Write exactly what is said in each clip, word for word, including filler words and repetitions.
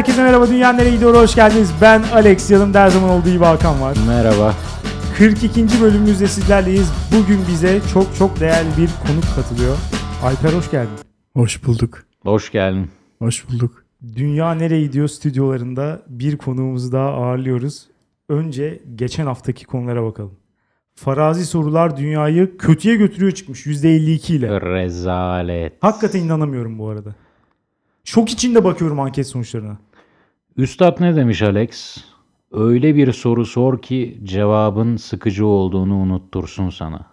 Herkese merhaba, Dünya Nereye Gidiyor, hoş geldiniz. Ben Alex, yanımda her zaman olduğu gibi Hakan var. Merhaba. kırk ikinci bölümümüzde sizlerleyiz. Bugün bize çok çok değerli bir konuk katılıyor. Alper, hoş geldin. Hoş bulduk. Hoş geldin. Hoş bulduk. Dünya Nereye Gidiyor stüdyolarında bir konuğumuzu daha ağırlıyoruz. Önce geçen haftaki konulara bakalım. Farazi sorular dünyayı kötüye götürüyor çıkmış yüzde elli iki ile. Rezalet. Hakikaten inanamıyorum bu arada. Şok içinde bakıyorum anket sonuçlarına. Üstad ne demiş Alex? Öyle bir soru sor ki cevabın sıkıcı olduğunu unuttursun sana.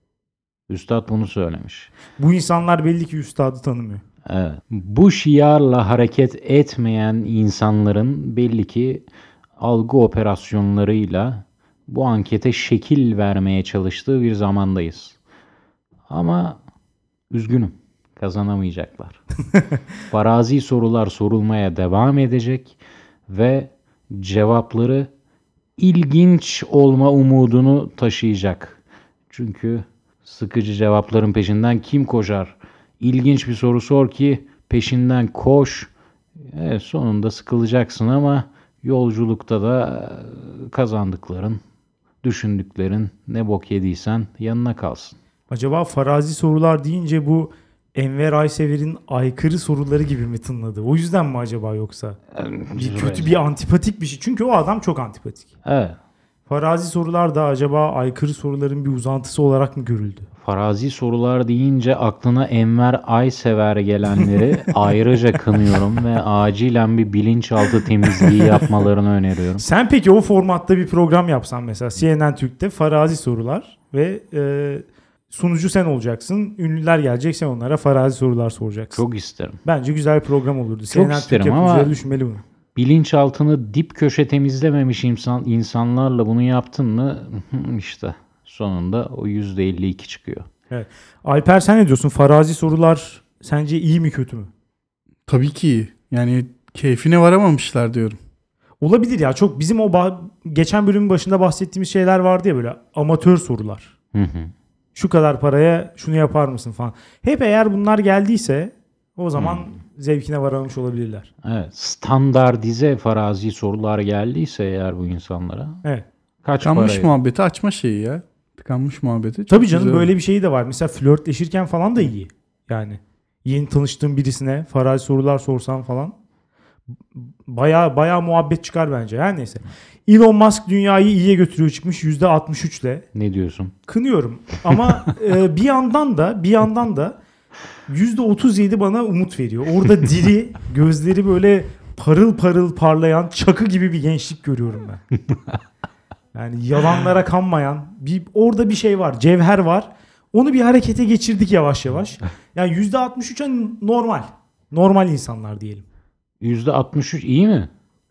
Üstad bunu söylemiş. Bu insanlar belli ki üstadı tanımıyor. Evet. Bu şiarla hareket etmeyen insanların belli ki algı operasyonlarıyla bu ankete şekil vermeye çalıştığı bir zamandayız. Ama üzgünüm, kazanamayacaklar. Farazi sorular sorulmaya devam edecek ve cevapları ilginç olma umudunu taşıyacak. Çünkü sıkıcı cevapların peşinden kim koşar? İlginç bir soru sor ki peşinden koş. Evet, sonunda sıkılacaksın ama yolculukta da kazandıkların, düşündüklerin ne bok yediysen yanına kalsın. Acaba farazi sorular deyince bu Enver Aysever'in aykırı soruları gibi mi tınladı? O yüzden mi acaba yoksa? Bir kötü, bir antipatik bir şey. Çünkü o adam çok antipatik. Evet. Farazi sorular da acaba aykırı soruların bir uzantısı olarak mı görüldü? Farazi sorular deyince aklına Enver Aysever gelenleri ayrıca kınıyorum ve acilen bir bilinçaltı temizliği yapmalarını öneriyorum. Sen peki o formatta bir program yapsan mesela C N N Türk'te farazi sorular ve e, sunucu sen olacaksın. Ünlüler gelecek, sen onlara farazi sorular soracaksın. Çok isterim. Bence güzel bir program olurdu. Çok C N N isterim Türk ama yapımcıları düşünmeli bunu. bilinçaltını dip köşe temizlememiş insan, insanlarla bunu yaptın mı işte sonunda o yüzde elli iki çıkıyor. Evet. Alper, sen ne diyorsun? Farazi sorular sence iyi mi kötü mü? Tabii ki iyi. Yani keyfine varamamışlar diyorum. Olabilir ya. Çok bizim o bah- geçen bölümün başında bahsettiğimiz şeyler vardı ya, böyle amatör sorular. Hı hı. Şu kadar paraya şunu yapar mısın falan. Hep eğer bunlar geldiyse o zaman hmm. zevkine varamamış olabilirler. Evet, standartize farazi sorular geldiyse eğer bu insanlara. Evet. Kaç Tıkanmış parayı? muhabbeti açma şeyi ya. Tıkanmış muhabbeti. Çok Tabii canım, güzel. böyle bir şey de var. Mesela flörtleşirken falan da iyi. Yani yeni tanıştığın birisine farazi sorular sorsan falan baya baya muhabbet çıkar bence. Her neyse. Elon Musk dünyayı iyiye götürüyor çıkmış yüzde altmış üç ile. Ne diyorsun? Kınıyorum ama e, bir yandan da bir yandan da yüzde otuz yedi bana umut veriyor. Orada diri, gözleri böyle parıl parıl parlayan çakı gibi bir gençlik görüyorum ben. Yani yalanlara kanmayan bir, orada bir şey var, cevher var. Onu bir harekete geçirdik yavaş yavaş. Yani yüzde altmış üç normal. Normal insanlar diyelim. yüzde altmış üç iyi mi?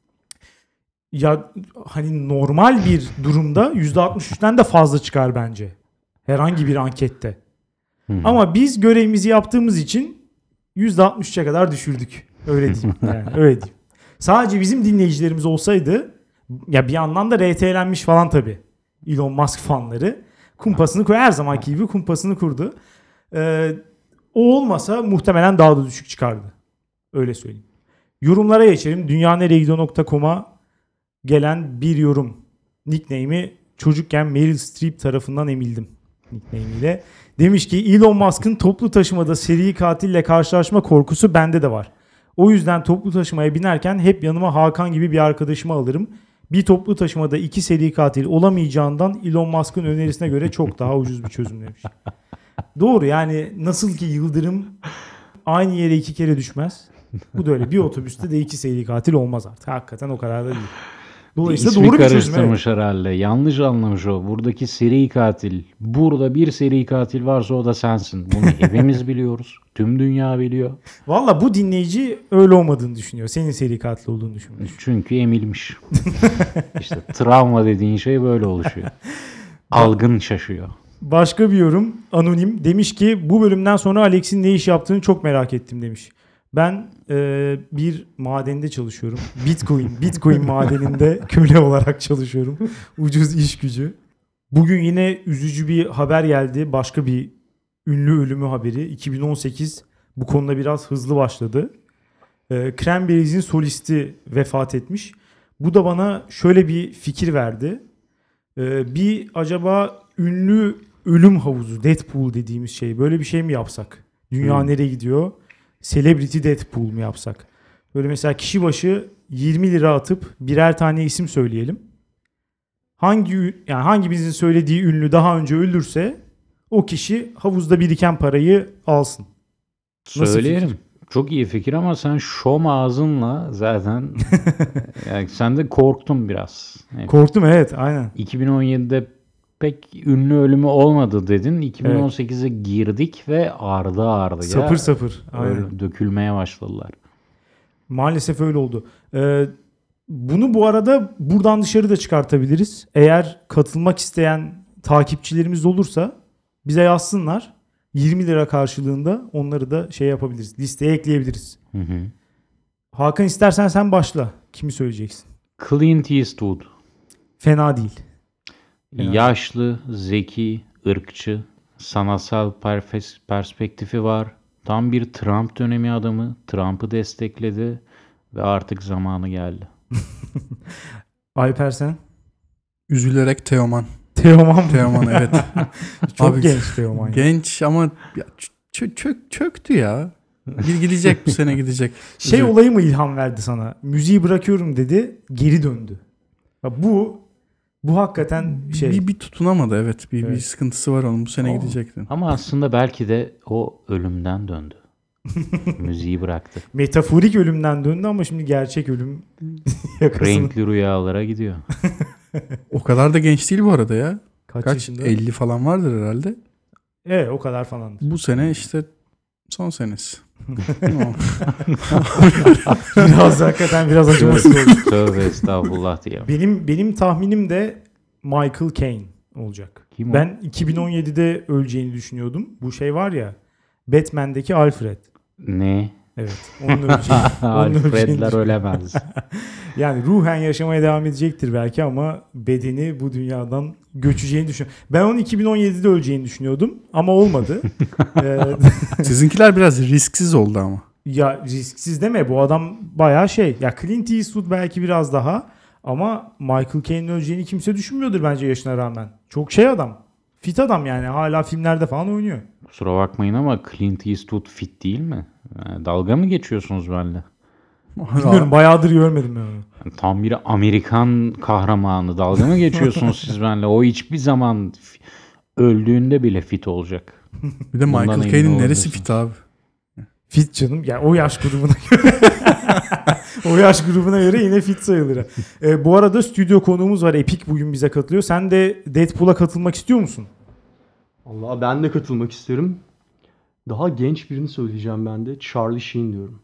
Ya hani normal bir durumda yüzde altmış üçten de fazla çıkar bence. Herhangi bir ankette. Hmm. Ama biz görevimizi yaptığımız için yüzde altmış üçe kadar düşürdük. Öyle diyeyim. Yani, öyle diyeyim. Sadece bizim dinleyicilerimiz olsaydı, ya bir yandan da R T'lenmiş falan tabii. Elon Musk fanları. Kumpasını koy, her zamanki gibi kumpasını kurdu. Ee, o olmasa muhtemelen daha da düşük çıkardı. Öyle söyleyeyim. Yorumlara geçelim. dünyanereyegidiyor nokta com'a gelen bir yorum. Nickname'i çocukken Meryl Streep tarafından emildim. Nickname'iyle. Demiş ki Elon Musk'ın toplu taşımada seri katille karşılaşma korkusu bende de var. O yüzden toplu taşımaya binerken hep yanıma Hakan gibi bir arkadaşımı alırım. Bir toplu taşımada iki seri katil olamayacağından Elon Musk'ın önerisine göre çok daha ucuz bir çözüm demiş. Doğru, yani nasıl ki yıldırım aynı yere iki kere düşmez. Bu da öyle. Bir otobüste de iki seri katil olmaz artık. Hakikaten o kadar da değil. Dolayısıyla İsmi doğru bir çözüm. karıştırmış herhalde. Yanlış anlamış o. Buradaki seri katil. Burada bir seri katil varsa o da sensin. Bunu hepimiz biliyoruz. Tüm dünya biliyor. Valla bu dinleyici öyle olmadığını düşünüyor. Senin seri katil olduğunu düşünüyor. Çünkü emilmiş. İşte travma dediğin şey böyle oluşuyor. Algın şaşıyor. Başka bir yorum, anonim, demiş ki bu bölümden sonra Alex'in ne iş yaptığını çok merak ettim demiş. Ben e, bir madende çalışıyorum. Bitcoin, Bitcoin madeninde köle olarak çalışıyorum. Ucuz iş gücü. Bugün yine üzücü bir haber geldi. Başka bir ünlü ölümü haberi. iki bin on sekiz bu konuda biraz hızlı başladı. E, Cranberries'in solisti vefat etmiş. Bu da bana şöyle bir fikir verdi. E, bir acaba ünlü ölüm havuzu, Deadpool dediğimiz şey, böyle bir şey mi yapsak? Dünya hmm. nereye gidiyor? Celebrity Deadpool mu yapsak? Böyle mesela kişi başı yirmi lira atıp birer tane isim söyleyelim. Hangi yani hangi birinizin söylediği ünlü daha önce ölürse o kişi havuzda biriken parayı alsın. Nasıl söyleyelim. Fikir? Çok iyi fikir ama sen şom ağzınla zaten yani sen de korktun biraz. Yani Korktum evet aynen. iki bin on yedide pek ünlü ölümü olmadı dedin. iki bin on sekize evet. girdik ve ardı ardı. Sapır sapır. Aynen. Dökülmeye başladılar. Maalesef öyle oldu. Ee, bunu bu arada buradan dışarı da çıkartabiliriz. Eğer katılmak isteyen takipçilerimiz olursa bize yazsınlar. yirmi lira karşılığında onları da şey yapabiliriz. Listeye ekleyebiliriz. Hı hı. Hakan istersen sen başla. Kimi söyleyeceksin? Clint Eastwood. Fena değil. Fena Yaşlı, değil. Zeki, ırkçı, sanatsal perspektifi var. Tam bir Trump dönemi adamı. Trump'ı destekledi ve artık zamanı geldi. Alper sen? Üzülerek Teoman. Teoman mı? Teoman evet. Çok Abi, genç Teoman. Genç ya. ama çök, çök, çöktü ya. Bir gidecek bu sene gidecek. Şey Üzü... olayı mı ilham verdi sana? Müziği bırakıyorum dedi, geri döndü. Bu bu hakikaten şey. Bir, bir tutunamadı evet. Bir, evet. bir sıkıntısı var onun. Bu sene o, gidecekti. Ama aslında belki de o ölümden döndü. Müziği bıraktı. Metaforik ölümden döndü ama şimdi gerçek ölüm yakasını. Renkli rüyalara gidiyor. O kadar da genç değil bu arada ya. Kaç, Kaç yaşında? elli falan vardır herhalde. Evet o kadar falandır. Bu sene işte son senesi. Biraz hakikaten biraz acımasız oldu. Tövbe estağfurullah diye. Benim benim tahminim de Michael Caine olacak. Kim ben o? iki bin on yedide öleceğini düşünüyordum. Bu şey var ya, Batman'deki Alfred. Ne? Evet. Onun öleceğini. Alfred'ler ölemez. Yani ruhen yaşamaya devam edecektir belki ama bedeni bu dünyadan göçeceğini düşünüyorum. Ben onun iki bin on yedide öleceğini düşünüyordum ama olmadı. Sizinkiler biraz risksiz oldu ama. Ya risksiz deme, bu adam bayağı şey. Ya Clint Eastwood belki biraz daha ama Michael Caine'in öleceğini kimse düşünmüyordur bence yaşına rağmen. Çok şey adam. Fit adam yani, hala filmlerde falan oynuyor. Kusura bakmayın ama Clint Eastwood fit değil mi? Yani dalga mı geçiyorsunuz benimle? Bilmiyorum, bayağıdır görmedim ben onu. Tam bir Amerikan kahramanı. Dalga mı geçiyorsunuz siz benimle? O hiçbir zaman öldüğünde bile fit olacak. Bir de Michael Caine'in neresi fit abi? Fit canım. Yani o yaş grubuna göre. o yaş grubuna göre yine fit sayılır. Ee, bu arada stüdyo konuğumuz var. Epic bugün bize katılıyor. Sen de Deadpool'a katılmak istiyor musun? Vallahi ben de katılmak istiyorum. Daha genç birini söyleyeceğim ben de. Charlie Sheen diyorum.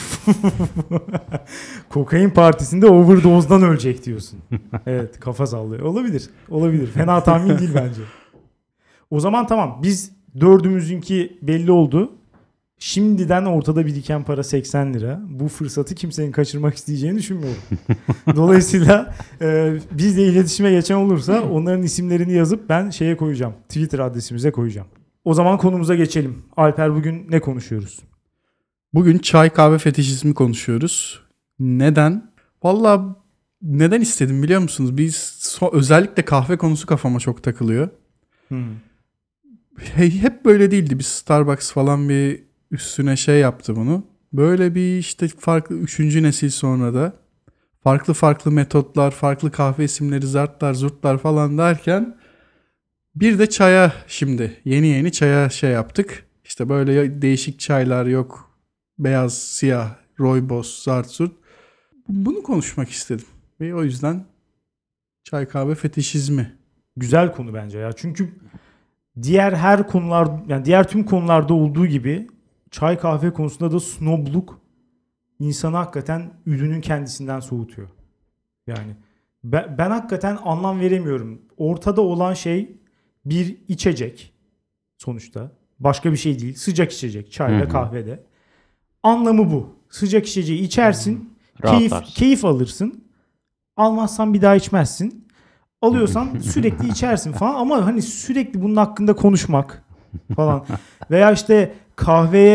Kokain partisinde overdose'dan ölecek diyorsun. Evet, kafa sallıyor. Olabilir. Olabilir. Fena tahmin değil bence. O zaman tamam. Biz dördümüzünki belli oldu. Şimdiden ortada biriken para seksen lira. Bu fırsatı kimsenin kaçırmak isteyeceğini düşünmüyorum. Dolayısıyla e, bizle iletişime geçen olursa onların isimlerini yazıp ben şeye koyacağım. Twitter adresimize koyacağım. O zaman konumuza geçelim. Alper, bugün ne konuşuyoruz? Bugün çay kahve fetişizmi konuşuyoruz. Neden? Vallahi neden istedim biliyor musunuz? Biz so- özellikle kahve konusu kafama çok takılıyor. Hmm. Hey, hep böyle değildi. Bir Starbucks falan bir üstüne şey yaptı bunu. Böyle bir işte farklı üçüncü nesil sonra da farklı farklı metotlar, farklı kahve isimleri, zartlar, zurtlar falan derken bir de çaya şimdi yeni yeni çaya şey yaptık. İşte böyle değişik çaylar yok. Beyaz, siyah, rooibos, zart zurt. Bunu konuşmak istedim. Ve o yüzden çay kahve fetişizmi. Güzel konu bence ya. Çünkü diğer her konular, yani diğer tüm konularda olduğu gibi çay kahve konusunda da snobluk insanı hakikaten ürünün kendisinden soğutuyor. Yani ben, ben hakikaten anlam veremiyorum. Ortada olan şey bir içecek sonuçta. Başka bir şey değil. Sıcak içecek. Çayda, kahvede. Anlamı bu. Sıcak içeceği içersin. Keyif, keyif alırsın. Almazsan bir daha içmezsin. Alıyorsan sürekli içersin falan. Ama hani sürekli bunun hakkında konuşmak falan. Veya işte kahveye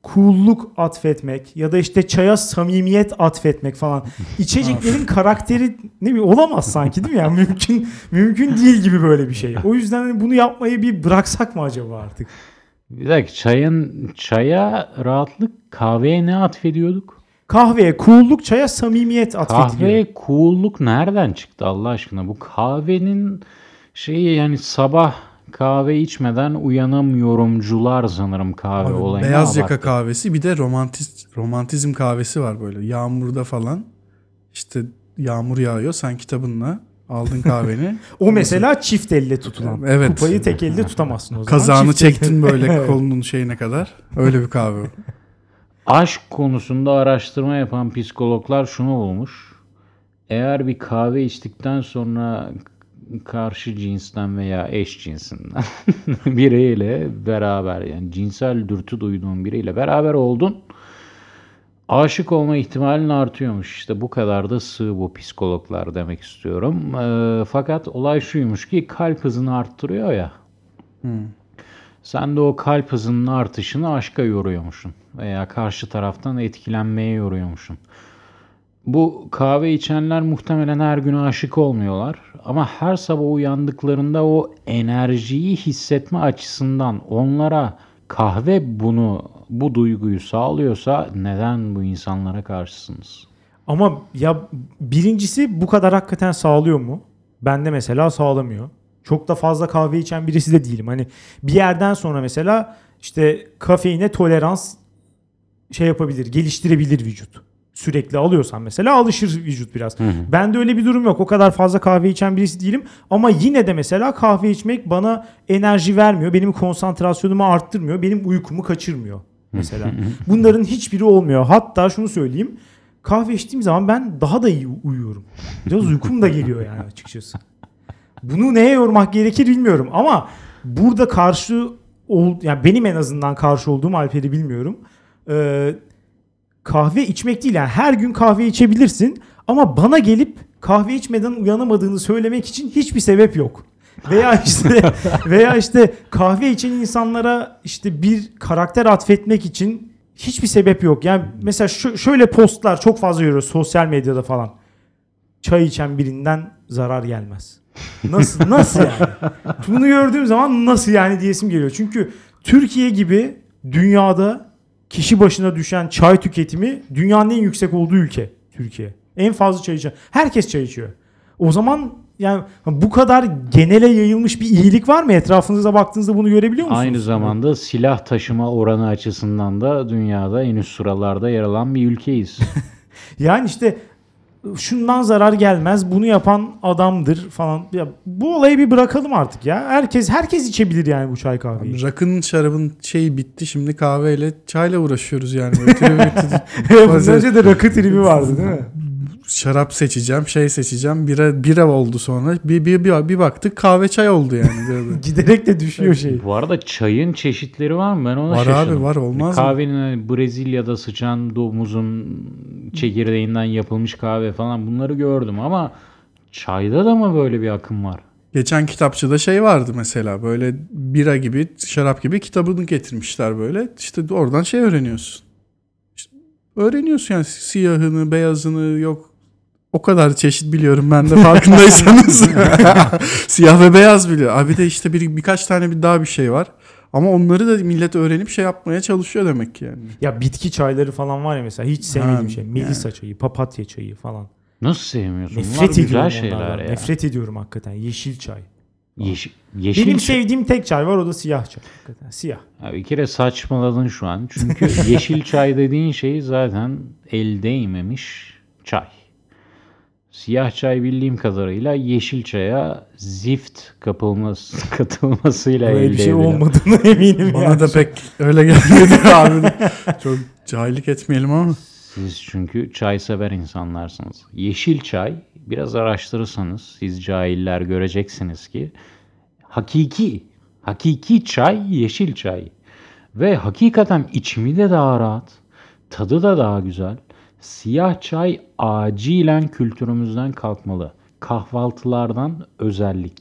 cool'luk atfetmek ya da işte çaya samimiyet atfetmek falan. İçeceklerin karakteri ne bileyim olamaz sanki değil mi? Yani mümkün mümkün değil gibi böyle bir şey. O yüzden hani bunu yapmayı bir bıraksak mı acaba artık? Bir dakika, çayın çaya rahatlık, kahveye ne atfediyorduk? Kahveye cool'luk, çaya samimiyet atfediliyor. Kahveye cool'luk nereden çıktı Allah aşkına? Bu kahvenin şeyi, yani sabah kahve içmeden uyanamıyorumcular sanırım kahve Abi, olayını beyaz yaka abarttı. kahvesi, bir de romantiz, romantizm kahvesi var böyle. Yağmurda falan işte yağmur yağıyor, sen kitabınla aldın kahveni. O mesela çift elle tutulan. Evet. Kupayı tek elde tutamazsın o zaman. Kazağını Çift elle- çektin böyle Evet. kolunun şeyine kadar. Öyle bir kahve. Aşk konusunda araştırma yapan psikologlar şunu bulmuş. Eğer bir kahve içtikten sonra karşı cinsten veya eş cinsinden biriyle beraber, yani cinsel dürtü duyduğun biriyle beraber oldun, aşık olma ihtimalin artıyormuş. İşte bu kadar da sığ bu psikologlar demek istiyorum. Ee, fakat olay şuymuş ki kalp hızını arttırıyor ya. Sen de o kalp hızının artışını aşka yoruyormuşsun. Veya karşı taraftan etkilenmeye yoruyormuşsun. Bu kahve içenler muhtemelen her gün aşık olmuyorlar. Ama her sabah uyandıklarında o enerjiyi hissetme açısından onlara kahve bunu, bu duyguyu sağlıyorsa neden bu insanlara karşısınız? Ama ya birincisi bu kadar hakikaten sağlıyor mu? Bende mesela sağlamıyor. Çok da fazla kahve içen birisi de değilim. Hani bir yerden sonra mesela işte kafeine tolerans şey yapabilir, geliştirebilir vücut. Sürekli alıyorsan mesela alışır vücut biraz. Hı hı. Bende öyle bir durum yok. O kadar fazla kahve içen birisi değilim. Ama yine de mesela kahve içmek bana enerji vermiyor. Benim konsantrasyonumu arttırmıyor. Benim uykumu kaçırmıyor mesela. Bunların hiçbiri olmuyor. Hatta şunu söyleyeyim. Kahve içtiğim zaman ben daha da iyi uyuyorum. Biraz uykum da geliyor yani açıkçası. Bunu neye yormak gerekir bilmiyorum. Ama burada karşı ol, yani benim en azından karşı olduğum, Alper'i bilmiyorum. Ee, kahve içmek değil yani, her gün kahve içebilirsin ama bana gelip kahve içmeden uyanamadığını söylemek için hiçbir sebep yok. Veya işte veya işte kahve içen insanlara işte bir karakter atfetmek için hiçbir sebep yok. Yani mesela şu, şöyle postlar çok fazla görüyoruz sosyal medyada falan. Çay içen birinden zarar gelmez. Nasıl nasıl yani? Bunu gördüğüm zaman nasıl yani diyesim geliyor. Çünkü Türkiye gibi dünyada kişi başına düşen çay tüketimi dünyanın en yüksek olduğu ülke Türkiye. En fazla çay içen. Herkes çay içiyor. O zaman yani bu kadar genele yayılmış bir iyilik var mı? Etrafınıza baktığınızda bunu görebiliyor musunuz? Aynı zamanda silah taşıma oranı açısından da dünyada en üst sıralarda yer alan bir ülkeyiz. Yani işte şundan zarar gelmez, bunu yapan adamdır falan. Ya bu olayı bir bırakalım artık ya. Herkes herkes içebilir yani bu çay kahveyi. Abi, rakının şarabın şeyi bitti, şimdi kahveyle çayla uğraşıyoruz yani. Böyle tribi bitti. Bundan önce de rakı tribi vardı değil mi? Şarap seçeceğim, şey seçeceğim. Bira bira oldu sonra. Bir bir bir, bir baktık kahve çay oldu yani. Giderek de düşüyor şey. Bu arada çayın çeşitleri var mı? Ben ona Var şaşırdım. abi, var, olmaz mı? Kahvenin hani Brezilya'da sıçan domuzun çekirdeğinden yapılmış kahve falan, bunları gördüm ama çayda da mı böyle bir akım var? Geçen kitapçıda şey vardı mesela, böyle bira gibi, şarap gibi kitabını getirmişler böyle. İşte oradan şey öğreniyorsun. İşte öğreniyorsun yani siyahını, beyazını, yok. O kadar çeşit biliyorum ben de, farkındaysanız. Siyah ve beyaz biliyor. Abi de işte bir birkaç tane bir daha bir şey var. Ama onları da millet öğrenip şey yapmaya çalışıyor demek ki yani. Ya bitki çayları falan var ya mesela, hiç sevmediğim Ha, şey. Melisa çayı, papatya çayı falan. Nasıl sevmiyorsun? Bunlar Nefret güzel ediyorum şeyler onlardan. ya. Nefret ediyorum hakikaten. Yeşil çay. Yeşil, yeşil Benim çay- sevdiğim tek çay var, o da siyah çay. Hakikaten siyah. Ya bir kere saçmaladın şu an. Çünkü yeşil çay dediğin şey zaten el değmemiş çay. Siyah çay bildiğim kadarıyla yeşil çaya zift kapılması, katılmasıyla Böyle elde bir şey edilen. olmadığına eminim Bana yani. da pek öyle gelmedi abi. Çok cahillik etmeyelim ama. Siz çünkü çay sever insanlarsınız. Yeşil çay, biraz araştırırsanız siz cahiller göreceksiniz ki hakiki, hakiki çay yeşil çay. Ve hakikaten içimi de daha rahat, tadı da daha güzel. Siyah çay acilen kültürümüzden kalkmalı. Kahvaltılardan özellikle.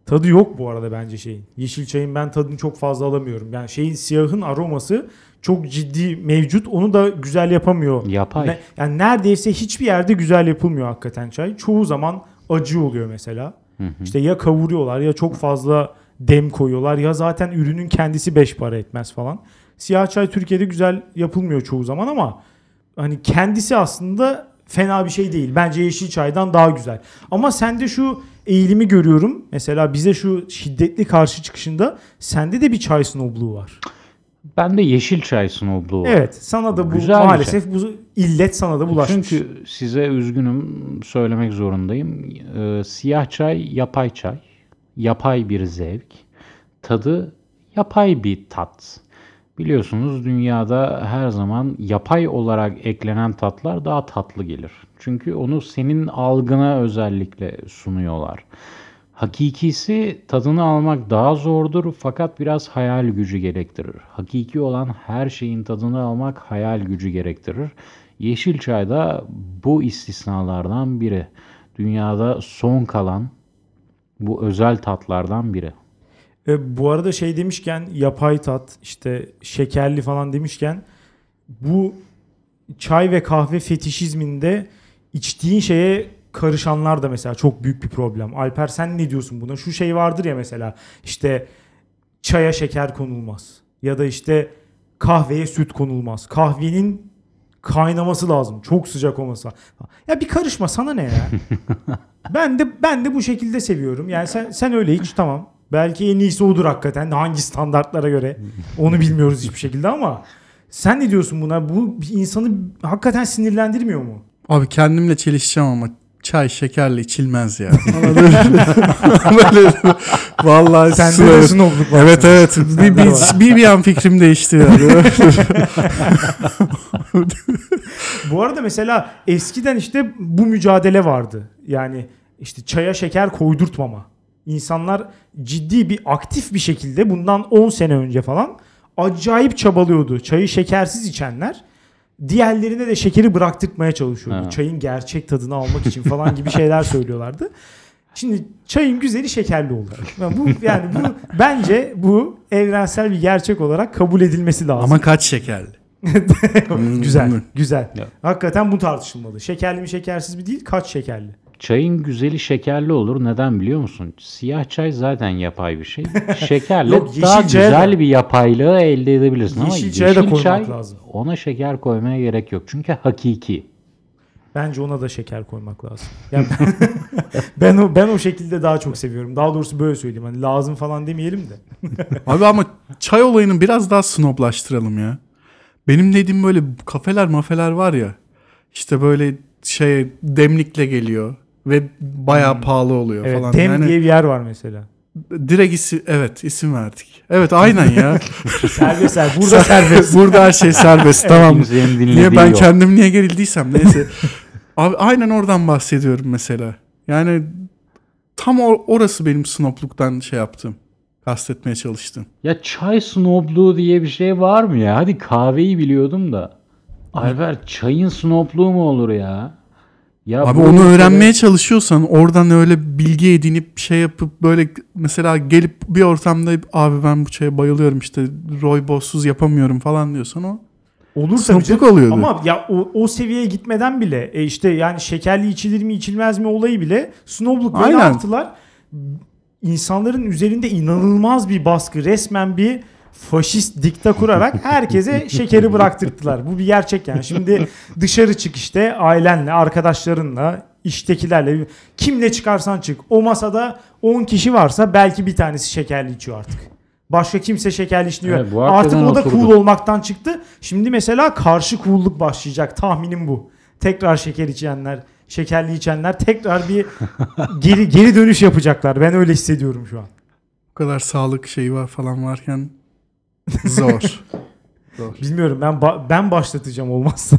Tadı yok bu arada bence şeyin. Yeşil çayın ben tadını çok fazla alamıyorum. Yani şeyin siyahın aroması çok ciddi mevcut. Onu da güzel yapamıyor. Yapay. Ne, yani neredeyse hiçbir yerde güzel yapılmıyor hakikaten çay. Çoğu zaman acı oluyor mesela. Hı hı. İşte ya kavuruyorlar ya çok fazla dem koyuyorlar ya zaten ürünün kendisi beş para etmez falan. Siyah çay Türkiye'de güzel yapılmıyor çoğu zaman ama hani kendisi aslında fena bir şey değil. Bence yeşil çaydan daha güzel. Ama sende şu eğilimi görüyorum. Mesela bize şu şiddetli karşı çıkışında sende de bir çay snobluğu var. Bende yeşil çay snobluğu var. Evet, sana da bu Güzel bir maalesef bu illet sana da bulaşmış. Çünkü size üzgünüm söylemek zorundayım. Ee, siyah çay yapay çay. Yapay bir zevk. Tadı yapay bir tat. Biliyorsunuz dünyada her zaman yapay olarak eklenen tatlar daha tatlı gelir. Çünkü onu senin algına özellikle sunuyorlar. Hakikisi tadını almak daha zordur fakat biraz hayal gücü gerektirir. Hakiki olan her şeyin tadını almak hayal gücü gerektirir. Yeşil çay da bu istisnalardan biri. Dünyada son kalan bu özel tatlardan biri. E, bu arada şey demişken yapay tat işte şekerli falan demişken bu çay ve kahve fetişizminde içtiğin şeye karışanlar da mesela çok büyük bir problem. Alper sen ne diyorsun buna? Şu şey vardır ya mesela işte çaya şeker konulmaz ya da işte kahveye süt konulmaz. Kahvenin kaynaması lazım. Çok sıcak olması. Ya bir karışma sana ne ya? ben de ben de bu şekilde seviyorum. Yani sen sen öyle iç tamam. Belki en iyisi odur hakikaten. Hangi standartlara göre onu bilmiyoruz hiçbir şekilde ama sen ne diyorsun buna? Bu insanı hakikaten sinirlendirmiyor mu? Abi kendimle çelişeceğim ama çay şekerle içilmez ya. Böyle, vallahi Sende sınır- de snobluk var. Evet evet. Bir, Sende bir, var. bir, bir an fikrim değişti yani. Bu arada mesela eskiden işte bu mücadele vardı. Yani işte çaya şeker koydurtmama. İnsanlar ciddi bir aktif bir şekilde bundan on sene önce falan acayip çabalıyordu. Çayı şekersiz içenler diğerlerine de şekeri bıraktırmaya çalışıyordu. Ha. Çayın gerçek tadını almak için falan gibi şeyler söylüyorlardı. Şimdi çayın güzeli şekerli olur. Yani bu yani bu bence bu evrensel bir gerçek olarak kabul edilmesi lazım. Ama kaç şekerli? güzel, Hmm. güzel. Ya. Hakikaten bu tartışılmalı. Şekerli mi şekersiz mi değil, kaç şekerli? Çayın güzeli şekerli olur. Neden biliyor musun? Siyah çay zaten yapay bir şey. Şekerle Yok, yeşil daha çaya güzel da- bir yapaylığı elde edebilirsin. Ama Yeşil çaya da yeşil koymak çay lazım. ona şeker koymaya gerek yok. Çünkü hakiki. Bence ona da şeker koymak lazım. Yani ben, ben o ben o şekilde daha çok seviyorum. Daha doğrusu böyle söyleyeyim. Hani lazım falan demeyelim de. Abi ama çay olayını biraz daha snoblaştıralım ya. Benim dediğim böyle kafeler mafeler var ya. İşte böyle şey demlikle geliyor ve bayağı pahalı oluyor Evet, falan. Dem Yani diye bir yer var mesela. direkt isim, evet isim verdik. Evet aynen ya. Serbest serbest. Burada serbest. Burada her şey serbest. Tamam. Kimsenin dinlediği Niye ben yok. kendim niye gerildiysem neyse. Abi aynen oradan bahsediyorum mesela. Yani tam or- orası benim snobluktan şey yaptım. Kastetmeye çalıştım. Ya çay snobluğu diye bir şey var mı ya? Hadi kahveyi biliyordum da. Alper çayın snobluğu mu olur ya? Ya Abi bu onu ülkede- öğrenmeye çalışıyorsan oradan öyle bilgi edinip şey yapıp böyle mesela gelip bir ortamda abi ben bu çaya bayılıyorum işte rooibos'suz yapamıyorum falan diyorsan o Olur tabii snobluk canım. oluyordu. Ama ya o, o seviyeye gitmeden bile e işte yani şekerli içilir mi içilmez mi olayı bile snobluk. Ve ne Aynen. yaptılar? İnsanların üzerinde inanılmaz bir baskı. Resmen bir faşist dikta kurarak herkese şekeri bıraktırdılar. Bu bir gerçek yani. Şimdi dışarı çık işte ailenle, arkadaşlarınla, iştekilerle kimle çıkarsan çık. O masada on kişi varsa belki bir tanesi şekerli içiyor artık. Başka kimse şekerli içmiyor. Evet, bu artık hakikaten o da oturdu. cool olmaktan çıktı. Şimdi mesela karşı cool'luk başlayacak. Tahminim bu. Tekrar şeker içenler, şekerli içenler tekrar bir geri geri dönüş yapacaklar. Ben öyle hissediyorum şu an. Bu kadar sağlık şeyi var falan varken zor. Zor. Bilmiyorum ben ba- ben başlatacağım olmazsa.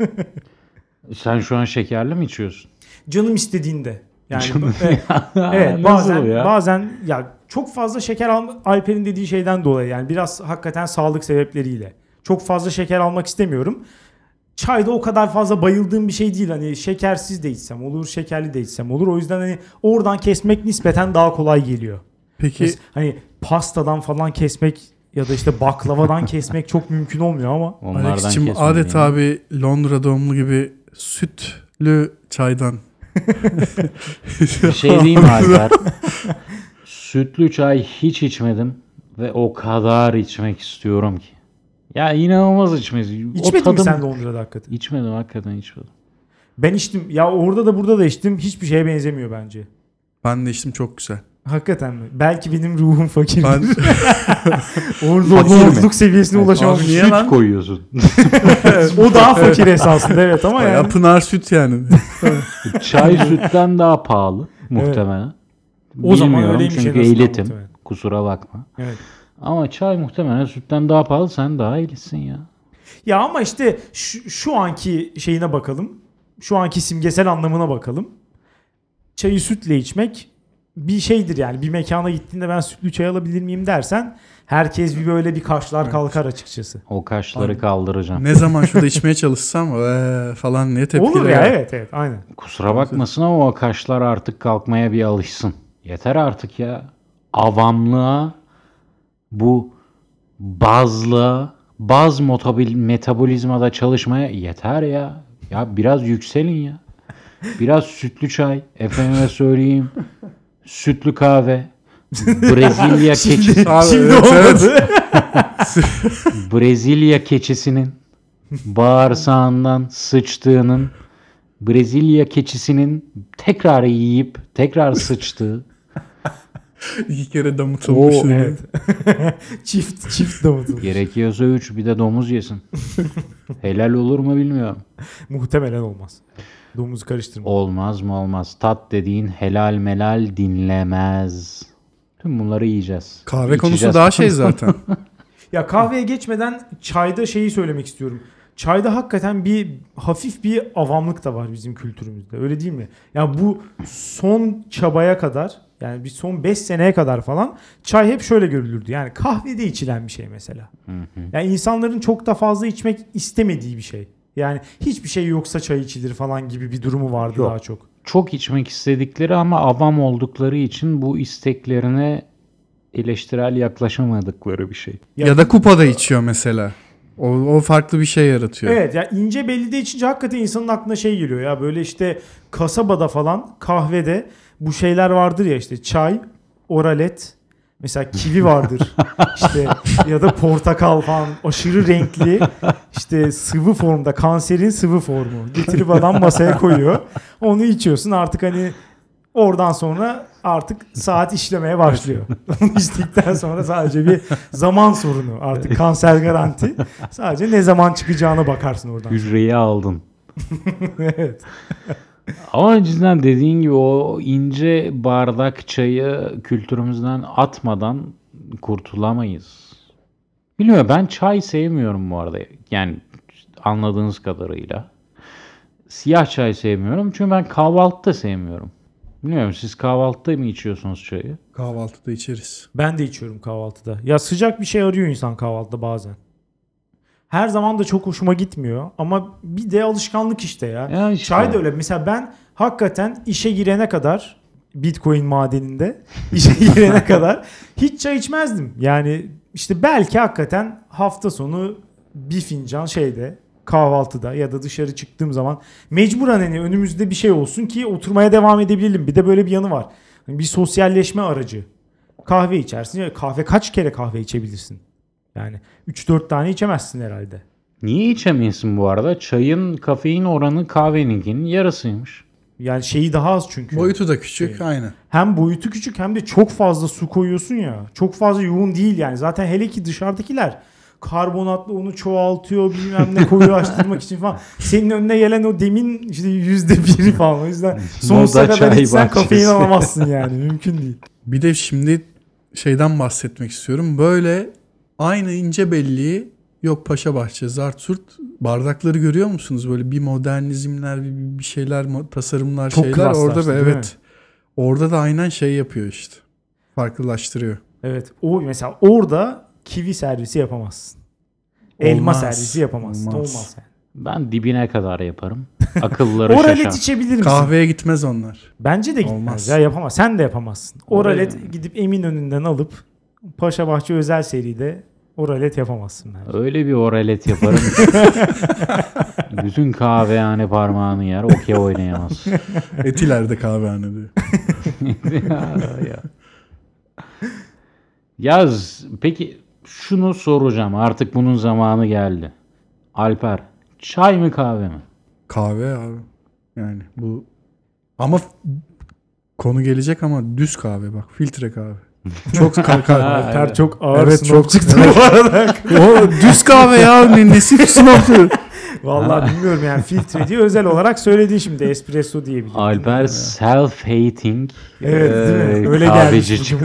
Sen şu an şekerli mi içiyorsun? Canım istediğinde. Yani Canım- evet, evet Nasıl bazen ya? bazen ya çok fazla şeker alma Alper'in dediği şeyden dolayı yani biraz hakikaten sağlık sebepleriyle. Çok fazla şeker almak istemiyorum. Çay da o kadar fazla bayıldığım bir şey değil. Hani şekersiz de içsem olur, şekerli de içsem olur. O yüzden hani oradan kesmek nispeten daha kolay geliyor. Peki Mes- hani pastadan falan kesmek ya da işte baklavadan kesmek çok mümkün olmuyor ama. Onlardan Alex'cim kesmem adeta yani. bir Londra doğumlu gibi sütlü çaydan. Bir şey diyeyim mi Alper? Sütlü çay hiç içmedim ve o kadar içmek istiyorum ki. Ya inanılmaz içmez. İçmedin mi sen Londra'da hakikaten? İçmedim, hakikaten içmedim. Ben içtim. Ya orada da burada da içtim. Hiçbir şeye benzemiyor bence. Ben de içtim, çok güzel. Hakikaten mi? Belki benim ruhum fakirdir. Ben Orada Fakir mi? lordluk seviyesine ulaşamamış. Abi niye Süt lan? koyuyorsun. O daha fakir esasında evet ama bayağı yani. Pınar süt yani. Çay sütten daha pahalı muhtemelen. O zaman Bilmiyorum öyleymiş çünkü en azından ehliyetim. muhtemelen. Kusura bakma. Evet. Ama çay muhtemelen sütten daha pahalı. Sen daha iyisin ya. Ya ama işte şu, şu anki şeyine bakalım. Şu anki simgesel anlamına bakalım. Çayı sütle içmek bir şeydir yani. Bir mekana gittiğinde ben sütlü çay alabilir miyim dersen herkes bir böyle bir kaşlar kalkar açıkçası. O kaşları Aynen. kaldıracağım. Ne zaman şurada içmeye çalışsam ee, falan ne tepkiler. Olur ya evet evet aynen. Kusura bakmasın ama o kaşlar artık kalkmaya bir alışsın. Yeter artık ya. Avamlığa, bu bazlığa, baz motabil- metabolizmada çalışmaya yeter ya. Ya biraz yükselin ya. Biraz sütlü çay, efendime söyleyeyim, sütlü kahve, Brezilya keçisi, Abi, Şimdi evet, olmadı. Brezilya keçisinin bağırsağından sıçtığının, Brezilya keçisinin tekrar yiyip tekrar sıçtığı, İki kere damıtılmış. O, Evet. çift çift damıtılmış. gerekiyorsa üç, bir de domuz yesin. Helal olur mu bilmiyorum. Muhtemelen olmaz. Domuzu karıştırma. Olmaz mı olmaz. Tat dediğin helal melal dinlemez. Tüm bunları yiyeceğiz. Kahve konusu İçeceğiz. daha şey zaten. Ya kahveye geçmeden çayda şeyi söylemek istiyorum. Çayda hakikaten bir hafif bir avamlık da var bizim kültürümüzde. Öyle değil mi? Ya bu son çabaya kadar yani bir son beş seneye kadar falan çay hep şöyle görülürdü. Yani kahvede içilen bir şey mesela. Hı hı. Yani insanların çok da fazla içmek istemediği bir şey. Yani hiçbir şey yoksa çay içilir falan gibi bir durumu vardı Yok. daha çok. Çok içmek istedikleri ama avam oldukları için bu isteklerine eleştirel yaklaşamadıkları bir şey. Ya da kupada içiyor mesela. O, o farklı bir şey yaratıyor. Evet ya ince belli de içince hakikaten insanın aklına şey geliyor ya böyle işte kasabada falan kahvede bu şeyler vardır ya işte çay, oralet, mesela kivi vardır işte ya da portakal falan aşırı renkli işte sıvı formda kanserin sıvı formu getirip adam masaya koyuyor onu içiyorsun artık hani oradan sonra artık saat işlemeye başlıyor. Onu içtikten sonra sadece bir zaman sorunu. Artık kanser garanti. Sadece ne zaman çıkacağına bakarsın oradan. Hücreyi aldın. Evet. Ama cidden dediğin gibi o ince bardak çayı kültürümüzden atmadan kurtulamayız. Bilmiyorum, ben çay sevmiyorum bu arada. Yani anladığınız kadarıyla. Siyah çay sevmiyorum çünkü ben kahvaltıda sevmiyorum. Bilmiyorum, siz kahvaltıda mı içiyorsunuz çayı? Kahvaltıda içeriz. Ben de içiyorum kahvaltıda. Ya sıcak bir şey arıyor insan kahvaltıda bazen. Her zaman da çok hoşuma gitmiyor ama bir de alışkanlık işte ya. Ya işte. Çay da öyle. Mesela ben hakikaten işe girene kadar Bitcoin madeninde işe girene kadar hiç çay içmezdim. Yani işte belki hakikaten hafta sonu bir fincan şeyde kahvaltıda ya da dışarı çıktığım zaman mecburen hani önümüzde bir şey olsun ki oturmaya devam edebilelim. Bir de böyle bir yanı var. Hani bir sosyalleşme aracı. Kahve içersin. Ya kahve kaç kere kahve içebilirsin? Yani üç dört tane içemezsin herhalde. Niye içemiyorsun bu arada? Çayın kafein oranı kahveninkinin yarısıymış. Yani şeyi daha az çünkü. Boyutu da küçük, Evet. aynı. Hem boyutu küçük hem de çok fazla su koyuyorsun ya. Çok fazla yoğun değil yani. Zaten hele ki dışarıdakiler karbonatlı onu çoğaltıyor bilmem ne koyulaştırmak için falan. Senin önüne gelen o demin işte yüzde biri falan. O yüzden sonsuza Moda kadar çay içsen bahçesi. kafein alamazsın yani. Mümkün değil. Bir de şimdi şeyden bahsetmek istiyorum. Böyle aynı ince belliği yok Paşa Bahçe, Zart Surt bardakları görüyor musunuz? Böyle bir modernizmler, bir, bir şeyler, mo- tasarımlar, Çok şeyler klaslaştı, orada da değil mi? evet. Orada da aynen şey yapıyor işte. Farklılaştırıyor. Evet. O mesela orada kivi servisi yapamazsın. Elma Olmaz. servisi yapamazsın. Olmaz. Olmaz yani. Ben dibine kadar yaparım. Akılları Oralet şaşar. içebilir misin? Kahveye gitmez onlar. Bence de gitmez Olmaz. ya, yapamaz. Sen de yapamazsın. Oralet Oraya- gidip Eminönü'nden alıp Paşabahçe özel seride oralet yapamazsın bence. Öyle bir oralet yaparım. ki. Bütün kahvehane parmağını yer. Okey oynayamaz. Etiler'de kahvehane diyor. ya, ya. Yaz. Peki şunu soracağım. Artık bunun zamanı geldi. Alper. Çay mı kahve mi? Kahve abi. Yani bu ama f- konu gelecek ama düz kahve bak. Filtre kahve. Çok ka- ka- Alper evet. çok ağır Evet, snob çok- çıktı evet. bu arada. O düz kahve ya. Ne, nesi snob'u? Vallahi bilmiyorum yani, filtre diye özel olarak söylediğin şimdi espresso diyebilirim. Alper self-hating Evet değil mi? eee, Öyle kahveci gelmiş bugün çıktı.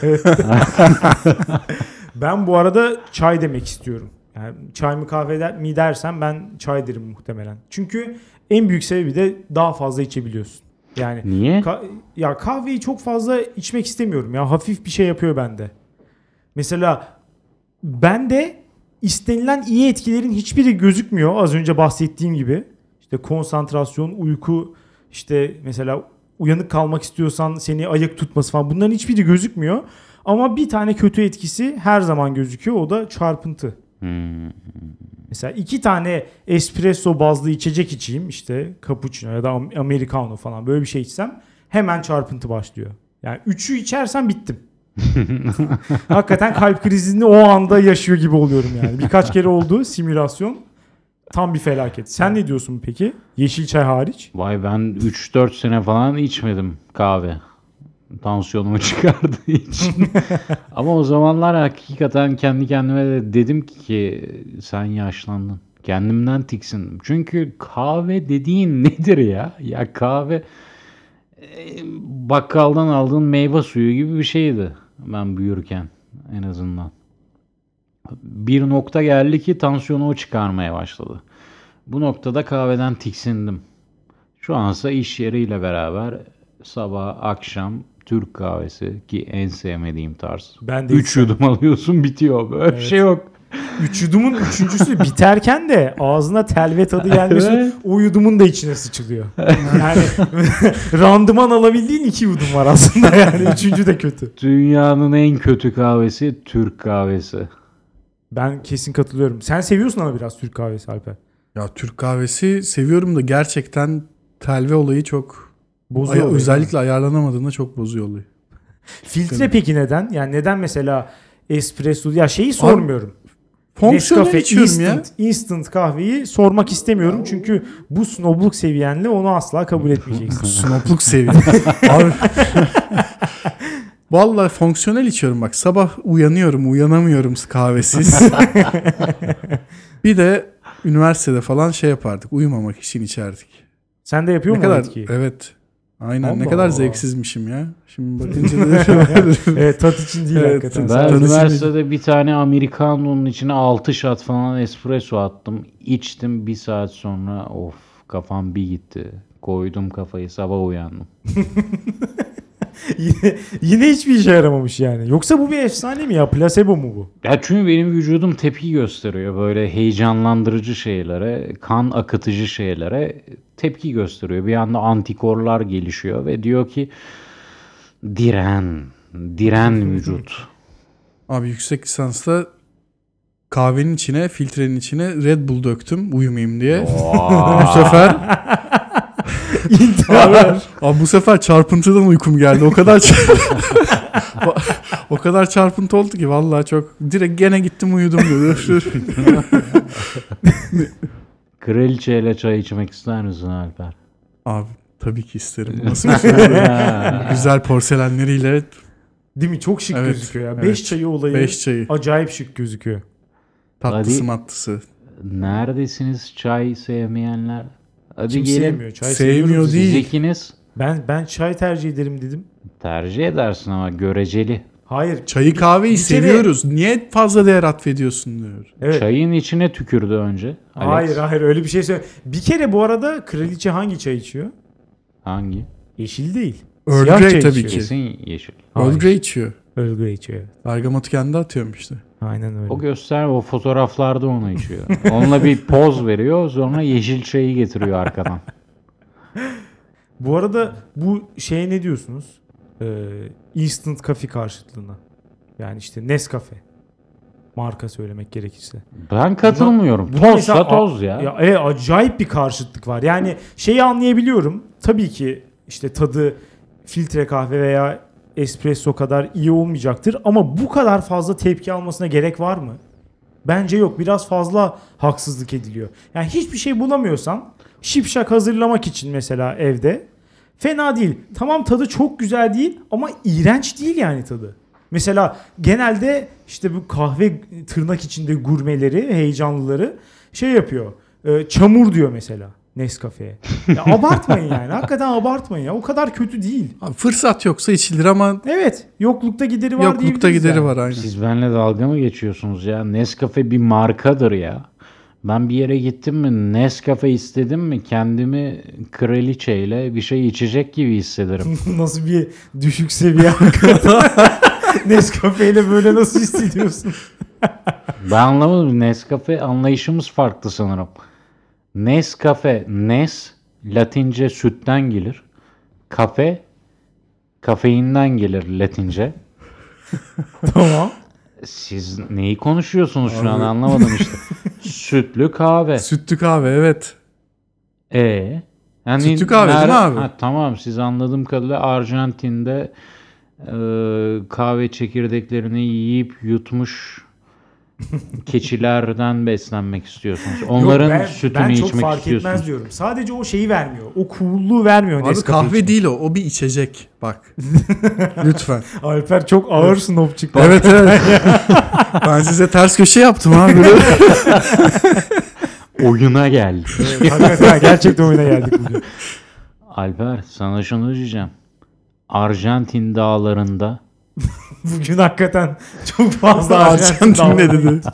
buraya. Ben bu arada çay demek istiyorum. Yani çay mı kahve der, mi dersem ben çay derim muhtemelen. Çünkü en büyük sebebi de daha fazla içebiliyorsun. Yani Niye? ka- ya kahveyi çok fazla içmek istemiyorum ya, hafif bir şey yapıyor bende. Mesela bende istenilen iyi etkilerin hiçbiri gözükmüyor, az önce bahsettiğim gibi. İşte konsantrasyon, uyku, işte mesela uyanık kalmak istiyorsan seni ayık tutması falan, bunların hiçbiri gözükmüyor. Ama bir tane kötü etkisi her zaman gözüküyor, o da çarpıntı. Hmm. Mesela iki tane espresso bazlı içecek içeyim, işte cappuccino ya da am- americano falan, böyle bir şey içsem hemen çarpıntı başlıyor. Yani üçü içersem bittim. Hakikaten kalp krizini o anda yaşıyor gibi oluyorum yani. Birkaç kere oldu simülasyon. Tam bir felaket. Sen ne diyorsun peki? Yeşil çay hariç. Vay, ben üç dört sene falan içmedim kahve. Tansiyonumu çıkardığı için. Ama o zamanlar hakikaten kendi kendime de dedim ki sen yaşlandın. Kendimden tiksindim. Çünkü kahve dediğin nedir ya? Ya kahve e, bakkaldan aldığın meyve suyu gibi bir şeydi ben büyürken en azından. Bir nokta geldi ki tansiyonumu çıkarmaya başladı. Bu noktada kahveden tiksindim. Şu ansa iş yeriyle beraber sabah akşam Türk kahvesi, ki en sevmediğim tarz. Ben de Üç yudum alıyorsun, bitiyor. Böyle bir Evet. şey yok. Üç yudumun üçüncüsü biterken de ağzına telve tadı gelmesi, Evet. o yudumun da içine sıçılıyor. Yani randıman alabildiğin iki yudum var aslında, yani üçüncü de kötü. Dünyanın en kötü kahvesi Türk kahvesi. Ben kesin katılıyorum. Sen seviyorsun ama biraz Türk kahvesi Alper. Ya Türk kahvesi seviyorum da gerçekten telve olayı çok Bozuyor. Ay- olayı. özellikle ayarlanamadığında çok bozuyor olayı. Filtre peki neden? Yani neden mesela espresso, ya şeyi sormuyorum. Fonksiyonel Nescafe içiyorum ya. instant, instant kahveyi sormak istemiyorum. Çünkü bu snobluk seviyenle onu asla kabul etmeyeceksin. Snopluk seviye. Abi. Vallahi fonksiyonel içiyorum bak. Sabah uyanıyorum, uyanamıyorum kahvesiz. Bir de üniversitede falan şey yapardık. Uyumamak için içerdik. Sen de yapıyor Ne musun o kadar etkiyi? evet. Aynen ne Allah kadar Allah. zevksizmişim ya. Şimdi bakınca da Evet, tat için değil Evet, hakikaten. Ben Tanışım- üniversitede bir tane Americano'nun içine altı shot falan espresso attım. İçtim, bir saat sonra of kafam bir gitti. Koydum kafayı, sabah uyandım. yine, yine hiçbir işe yaramamış yani. Yoksa bu bir efsane mi ya? Plasebo mu bu? Ya çünkü benim vücudum tepki gösteriyor. Böyle heyecanlandırıcı şeylere, kan akıtıcı şeylere tepki gösteriyor. Bir anda antikorlar gelişiyor ve diyor ki diren, diren vücut. Abi yüksek lisansta kahvenin içine, filtrenin içine Red Bull döktüm uyumayayım diye. Bu sefer İntihar. abi bu sefer çarpıntıdan uykum geldi. O kadar o kadar çarpıntı oldu ki vallahi çok direkt gene gittim uyudum dedi. Kraliçeyle çay içmek ister misin Alper? Abi tabii ki isterim. Nasıl bir şey? Güzel porselenleriyle Değil mi? Çok şık Evet, gözüküyor ya. evet. Beş çayı olayı beş çayı. acayip şık gözüküyor. Tatlısı Hadi. matlısı. Neredesiniz çay sevmeyenler? Hadi Kim gelin. sevmiyor? Çay Sevmiyor seviyoruz biz. değil. Siz ikiniz Ben ben çay tercih ederim dedim. tercih edersin ama göreceli. Hayır. Çayı kahveyi Bir kere- seviyoruz. Niye fazla değer atfediyorsun diyor. Evet. Çayın içine tükürdü önce. Alex. Hayır hayır, öyle bir şey söyle. Bir kere bu arada kraliçe hangi çay içiyor? Hangi? Yeşil değil. Earl Siyah Grey çay tabii içiyor. ki. Kesin yeşil. Earl Hayır. Grey içiyor. Earl Grey içiyor. Evet. Bergamot'u kendi atıyorum işte. Aynen öyle. O göster o fotoğraflarda onu içiyor. Onunla bir poz veriyor, sonra yeşil çayı getiriyor arkadan. Bu arada bu şeye ne diyorsunuz? Ee, instant coffee karşıtlığına. Yani işte Nescafe. Marka söylemek gerekirse. Ben katılmıyorum. Buna Tozsa mesela toz a- ya. ya e, acayip bir karşıtlık var. Yani şeyi anlayabiliyorum. Tabii ki işte tadı filtre kahve veya espresso kadar iyi olmayacaktır. Ama bu kadar fazla tepki almasına gerek var mı? Bence yok. Biraz fazla haksızlık ediliyor. Yani hiçbir şey bulamıyorsan şipşak hazırlamak için mesela evde fena değil. Tamam tadı çok güzel değil ama iğrenç değil yani tadı. Mesela genelde işte bu kahve tırnak içinde gurmeleri, heyecanlıları şey yapıyor. E, çamur diyor mesela Nescafe'ye. Ya abartmayın yani. Hakikaten abartmayın ya. O kadar kötü değil. Abi fırsat yoksa içilir ama Evet. Yoklukta gideri var yoklukta diyebiliriz gideri yani. var aynen. Siz benimle dalga mı geçiyorsunuz ya? Nescafe bir markadır ya. Ben bir yere gittim mi, Nescafe istedim mi, kendimi kraliçeyle bir şey içecek gibi hissederim. Nasıl bir düşük seviye hakikaten. Nescafe ile böyle nasıl hissediyorsun? Ben anlamadım. Nescafe anlayışımız farklı sanırım. Nescafe, Nes, Latince sütten gelir. Kafe, kafeinden gelir Latince. Tamam. Siz neyi konuşuyorsunuz şu an anlamadım işte. Sütlü kahve. Sütlü kahve evet. E yani Sütlü kahve değil mi nerede- abi? Ha, tamam siz anladığım kadarıyla Arjantin'de e, kahve çekirdeklerini yiyip yutmuş keçilerden beslenmek istiyorsunuz. Onların Yok, ben, sütünü ben çok içmek fark istiyorsunuz. etmez diyorum. Sadece o şeyi vermiyor. O cool'luğu vermiyor Abi Nescafe kahve için. değil o. O bir içecek. Bak. Lütfen. Alper çok ağır snob çıktı. Evet evet. Ben size ters köşe yaptım abi. Oyuna geldi. Evet, hakikaten gerçekten oyuna geldik bugün. Alper sana şunu diyeceğim. Arjantin dağlarında Bugün hakikaten çok fazla Arjantin Arjantin ne dağları. dedi?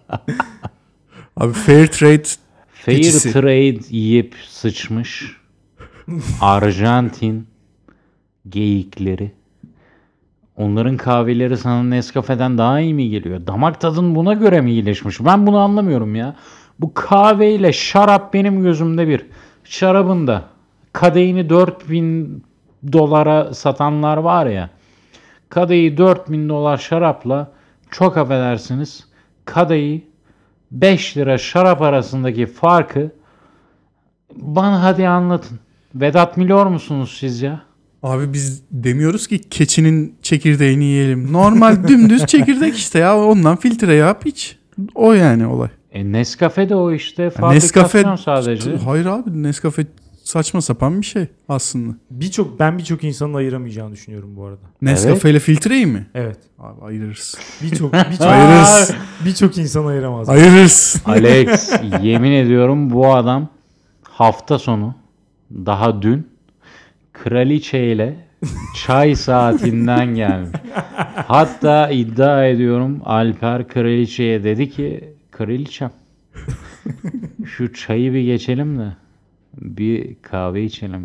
Abi fair trade fair Keçisi. trade yiyip sıçmış Arjantin geyikleri. Onların kahveleri sana Nescafe'den daha iyi mi geliyor? Damak tadın buna göre mi iyileşmiş? Ben bunu anlamıyorum ya. Bu kahveyle şarap benim gözümde bir. Şarabın da kadehini dört bin dolara satanlar var ya. Kadehi dört bin dolar şarapla çok affedersiniz kadehi beş lira şarap arasındaki farkı bana hadi anlatın. Vedat Milor musunuz siz ya? Abi biz demiyoruz ki keçinin çekirdeğini yiyelim. Normal dümdüz çekirdek işte ya. Ondan filtre yap iç. O yani olay. E Nescafe de o işte. Yani Fabrikasyon sadece. Hayır abi Nescafe saçma sapan bir şey aslında. Birçok ben birçok insanın ayıramayacağını düşünüyorum bu arada. Nescafe ile filtreyi mi? Evet. Abi ayırırız. Birçok birçok Ayırırız. birçok insan ayıramaz. Ayırırız. Alex yemin ediyorum bu adam hafta sonu daha dün kraliçeyle çay saatinden gelmiş. Hatta iddia ediyorum Alper kraliçeye dedi ki kraliçem şu çayı bir geçelim de bir kahve içelim.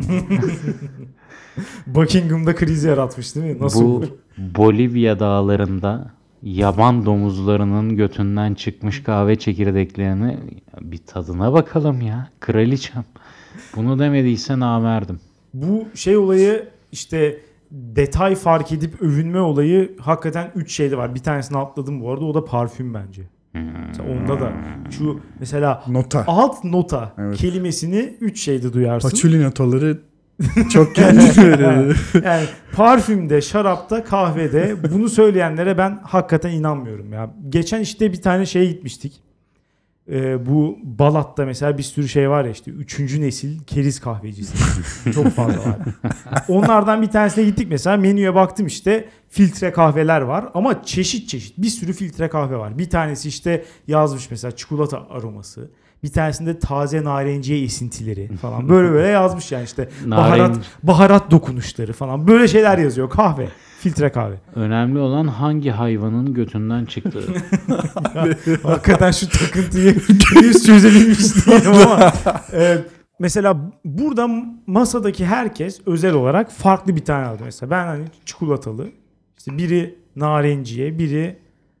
Buckingham'da kriz yaratmış değil mi? Nasıl Bu olur? Bolivya dağlarında yaban domuzlarının götünden çıkmış kahve çekirdeklerini bir tadına bakalım ya kraliçem. Bunu demediyse namerdim. Bu şey olayı işte detay fark edip övünme olayı hakikaten üç şeyde var. Bir tanesini atladım bu arada, o da parfüm bence. Mesela onda da şu mesela Nota. alt nota Evet. kelimesini üç şeyde duyarsın. Paçuli notaları çok kendini veriyor. Yani parfümde, şarapta, kahvede bunu söyleyenlere ben hakikaten inanmıyorum ya. Geçen işte bir tane şeye gitmiştik. Ee, bu Balat'ta mesela bir sürü şey var ya, işte üçüncü nesil keriz kahvecisi. Çok fazla var. Onlardan bir tanesine gittik mesela, menüye baktım, işte filtre kahveler var ama çeşit çeşit bir sürü filtre kahve var. Bir tanesi işte yazmış mesela çikolata aroması. Bir tanesinde taze narenciye esintileri falan. Böyle böyle yazmış yani, işte baharat Naren- baharat dokunuşları falan. Böyle şeyler yazıyor. Kahve. Filtre kahve. Önemli olan hangi hayvanın götünden çıktığı. Hakikaten şu takıntıyı henüz çözebilmiş değilim ama e, mesela burada masadaki herkes özel olarak farklı bir tane aldı. Mesela ben hani çikolatalı, işte biri narenciye, biri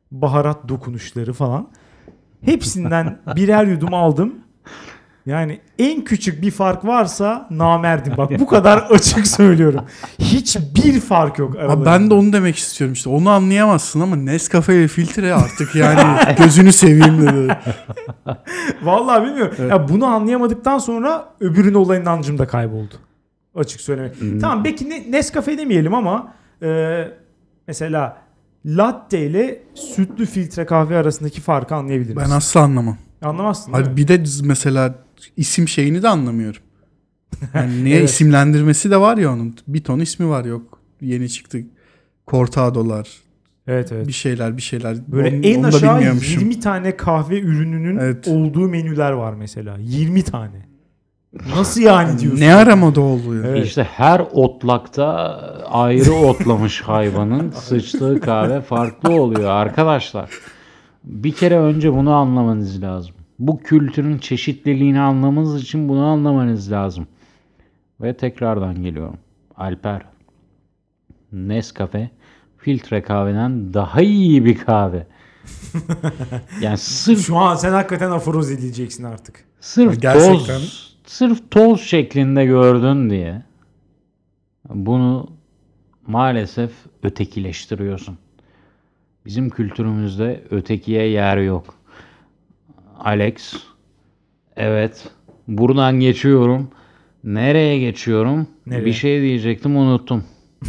baharat dokunuşları falan. Hepsinden birer yudum aldım. Yani en küçük bir fark varsa namerdim. Bak bu kadar açık söylüyorum. Hiçbir fark yok aralarında. Abi ben de onu demek istiyorum işte. Onu anlayamazsın ama Nescafe ile filtre artık yani gözünü seveyim dedi. Vallahi bilmiyorum. Evet. Ya bunu anlayamadıktan sonra öbürünün olayın inancım da kayboldu. Açık söylemek. Hmm. Tamam belki ne, Nescafe demeyelim ama e, mesela latte ile sütlü filtre kahve arasındaki farkı anlayabilir misin? Ben asla anlamam. Anlamazsın değil mi? Abi bir de mesela isim şeyini de anlamıyorum. Yani niye Evet. isimlendirmesi de var ya onun. Bir ton ismi var yok. Yeni çıktı. Cortado'lar. Evet evet. Bir şeyler bir şeyler. Böyle Onu- en onu da aşağı bilmiyormuşum. yirmi tane kahve ürününün Evet. olduğu menüler var mesela. yirmi tane. Nasıl yani diyorsun? Ne aramada oluyor? Evet. İşte her otlakta ayrı otlamış hayvanın sıçtığı kahve farklı oluyor arkadaşlar. Bir kere önce bunu anlamanız lazım. Bu kültürün çeşitliliğini anlamanız için bunu anlamanız lazım. Ve tekrardan geliyorum. Alper, Nescafe filtre kahveden daha iyi bir kahve. Yani sırf Şu an sen hakikaten aforoz edileceksin artık. Sırf Gerçekten. toz, sırf toz şeklinde gördün diye bunu maalesef ötekileştiriyorsun. Bizim kültürümüzde ötekiye yer yok. Alex, evet, buradan geçiyorum. Nereye geçiyorum? Nereye? Bir şey diyecektim, unuttum.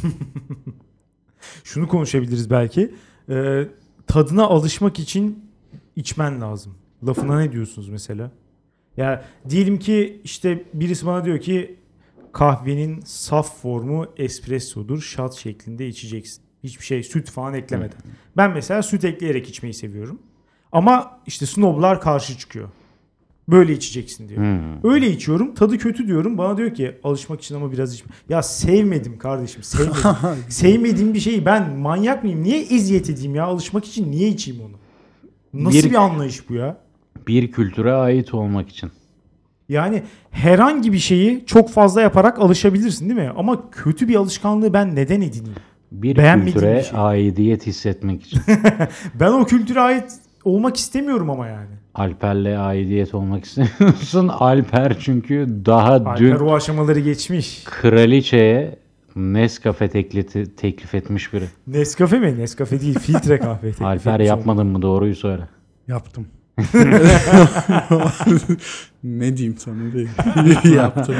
Şunu konuşabiliriz belki. Ee, tadına alışmak için içmen lazım. Lafına ne diyorsunuz mesela? Ya diyelim ki işte birisi bana diyor ki kahvenin saf formu espressodur. Shot şeklinde içeceksin. Hiçbir şey süt falan eklemeden. Ben mesela süt ekleyerek içmeyi seviyorum. Ama işte snoblar karşı çıkıyor. Böyle içeceksin diyor. Hmm. Öyle içiyorum. Tadı kötü diyorum. Bana diyor ki alışmak için ama biraz içme. Ya sevmedim kardeşim. Sevmedim. Sevmediğim bir şeyi ben manyak mıyım? Niye eziyet edeyim ya? Alışmak için niye içeyim onu? Nasıl bir, Bir- anlayış bu ya? Bir kültüre ait olmak için. Yani herhangi bir şeyi çok fazla yaparak alışabilirsin değil mi? Ama kötü bir alışkanlığı ben neden edineyim? Bir Beğenmediğim kültüre bir şey. aidiyet hissetmek için. Ben o kültüre ait olmak istemiyorum ama yani. Alper'le aidiyet olmak istemiyorsun. Alper çünkü daha Alper dün o aşamaları geçmiş. kraliçeye Nescafe teklifi, teklif etmiş biri. Nescafe mi? Nescafe değil. Filtre kahve. teklif Alper etmiş yapmadın mı? Doğruyu söyle. Yaptım. Ne diyeyim sana değil. Yaptım.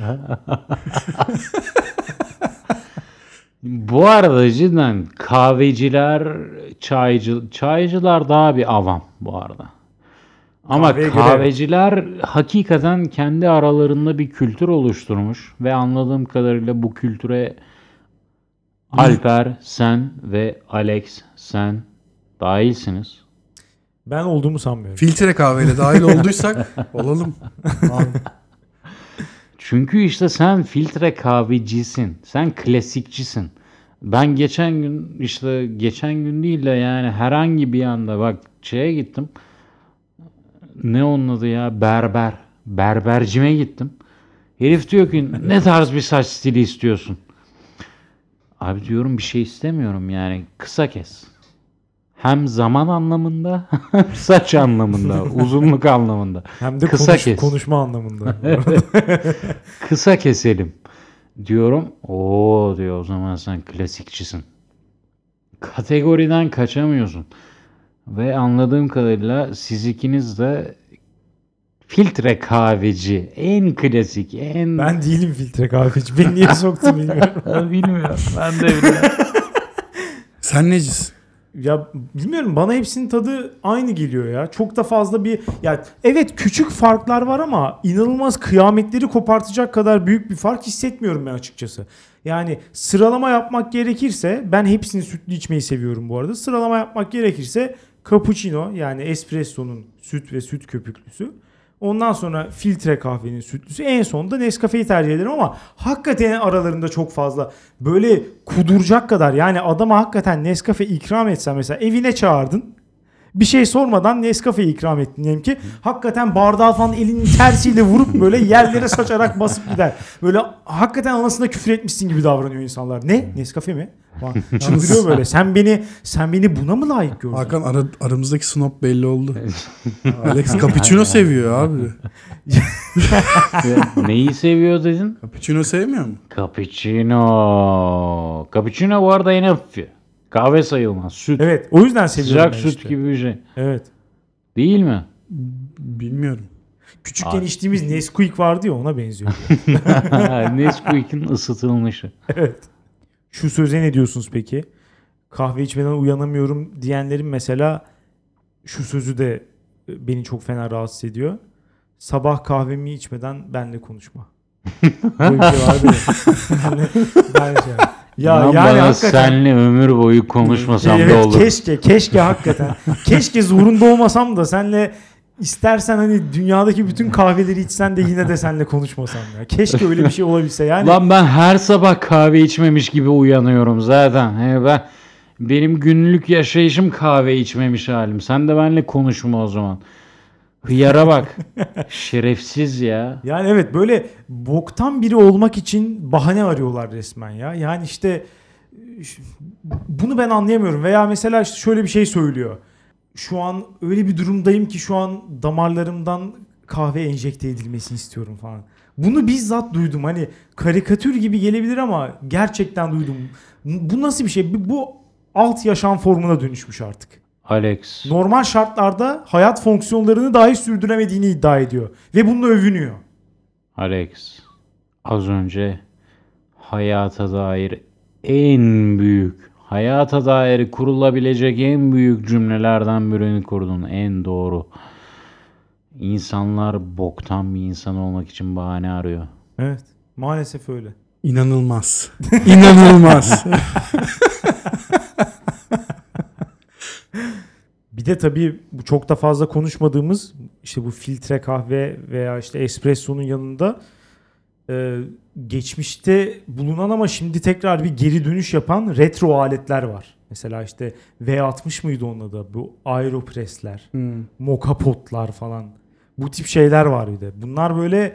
Bu arada cidden kahveciler, çaycı, çaycılar daha bir avam bu arada. Ama Kahveye göre. kahveciler hakikaten kendi aralarında bir kültür oluşturmuş ve anladığım kadarıyla bu kültüre Alper, sen ve Alex, sen dahilsiniz. Ben olduğumu sanmıyorum. Filtre kahveyle dahil olduysak olalım. Abi. Çünkü işte sen filtre kahvecisin. Sen klasikçisin. Ben geçen gün işte geçen gün değil de yani herhangi bir anda bak şeye gittim. Ne onun adı ya? Berber. Berbercime gittim. Herif diyor ki ne tarz bir saç stili istiyorsun? Abi diyorum bir şey istemiyorum yani kısa kes. Hem zaman anlamında hem saç anlamında, uzunluk anlamında. Hem de Kısa konuş- kes. konuşma anlamında. Kısa keselim diyorum. Oo diyor o zaman sen klasikçisin. Kategoriden kaçamıyorsun. Ve anladığım kadarıyla siz ikiniz de filtre kahveci. En klasik, en... Ben değilim filtre kahveci. Beni niye soktun bilmiyorum. bilmiyorum. Ben de bilmiyorum. Sen necisin? Ya bilmiyorum bana hepsinin tadı aynı geliyor ya. Çok da fazla bir ya evet küçük farklar var ama inanılmaz kıyametleri kopartacak kadar büyük bir fark hissetmiyorum ben açıkçası. Yani sıralama yapmak gerekirse ben hepsini sütlü içmeyi seviyorum bu arada. Sıralama yapmak gerekirse cappuccino yani espresso'nun süt ve süt köpüklüsü. Ondan sonra filtre kahvenin sütlüsü. En sonunda Nescafe'yi tercih ederim ama hakikaten aralarında çok fazla böyle kuduracak kadar yani adama hakikaten Nescafe ikram etsen mesela evine çağırdın Bir şey sormadan Nescafe'yi ikram ettin diyelim ki. Hakikaten bardağı falan elinin tersiyle vurup böyle yerlere saçarak basıp gider. Böyle hakikaten anasına küfür etmişsin gibi davranıyor insanlar. Ne? Nescafe mi? Çıldırıyor böyle. Sen beni sen beni buna mı layık gördün? Hakan ara, aramızdaki snob belli oldu. Alex cappuccino seviyor abi. Neyi seviyor dedin? Cappuccino sevmiyor mu? Cappuccino. Cappuccino bu arada en hafifi. Kahve sayılmaz. Süt. Evet. O yüzden seviyorum Sıcak ben süt işte. gibi bir şey. Evet. Değil mi? Bilmiyorum. Küçükken Abi. içtiğimiz Nesquik vardı ya ona benziyor. Nesquik'in ısıtılmışı. Evet. Şu söze ne diyorsunuz peki? Kahve içmeden uyanamıyorum diyenlerin mesela şu sözü de beni çok fena rahatsız ediyor. Sabah kahvemi içmeden benle konuşma. Böyle bir şey vardı ya. ben şey, ya Lan yani bana hakikaten senle ömür boyu konuşmasam da evet, olur. keşke keşke hakikaten. Keşke zorunda olmasam da senle istersen hani dünyadaki bütün kahveleri içsen de yine de seninle konuşmasam ya. Keşke öyle bir şey olabilse yani. Lan ben her sabah kahve içmemiş gibi uyanıyorum zaten. He ben benim günlük yaşayışım kahve içmemiş halim. Sen de benimle konuşma o zaman. Hıyara bak. Şerefsiz ya. Yani evet böyle boktan biri olmak için bahane arıyorlar resmen ya. Yani işte bunu ben anlayamıyorum. Veya mesela işte şöyle bir şey söylüyor. Şu an öyle bir durumdayım ki şu an damarlarımdan kahve enjekte edilmesini istiyorum falan. Bunu bizzat duydum. Hani karikatür gibi gelebilir ama gerçekten duydum. Bu nasıl bir şey? Bu alt yaşam formuna dönüşmüş artık. Alex. Normal şartlarda hayat fonksiyonlarını dahi sürdüremediğini iddia ediyor. Ve bununla övünüyor. Alex. Az önce hayata dair en büyük, hayata dair kurulabilecek en büyük cümlelerden birini kurdun. En doğru. İnsanlar boktan bir insan olmak için bahane arıyor. Evet. Maalesef öyle. İnanılmaz. İnanılmaz. Bir de tabii bu çok da fazla konuşmadığımız işte bu filtre kahve veya işte espressonun yanında e, geçmişte bulunan ama şimdi tekrar bir geri dönüş yapan retro aletler var. Mesela işte V altmış mıydı onun adı? Bu Aeropress'ler, hmm. Moka potlar falan. Bu tip şeyler var bir de. Bunlar böyle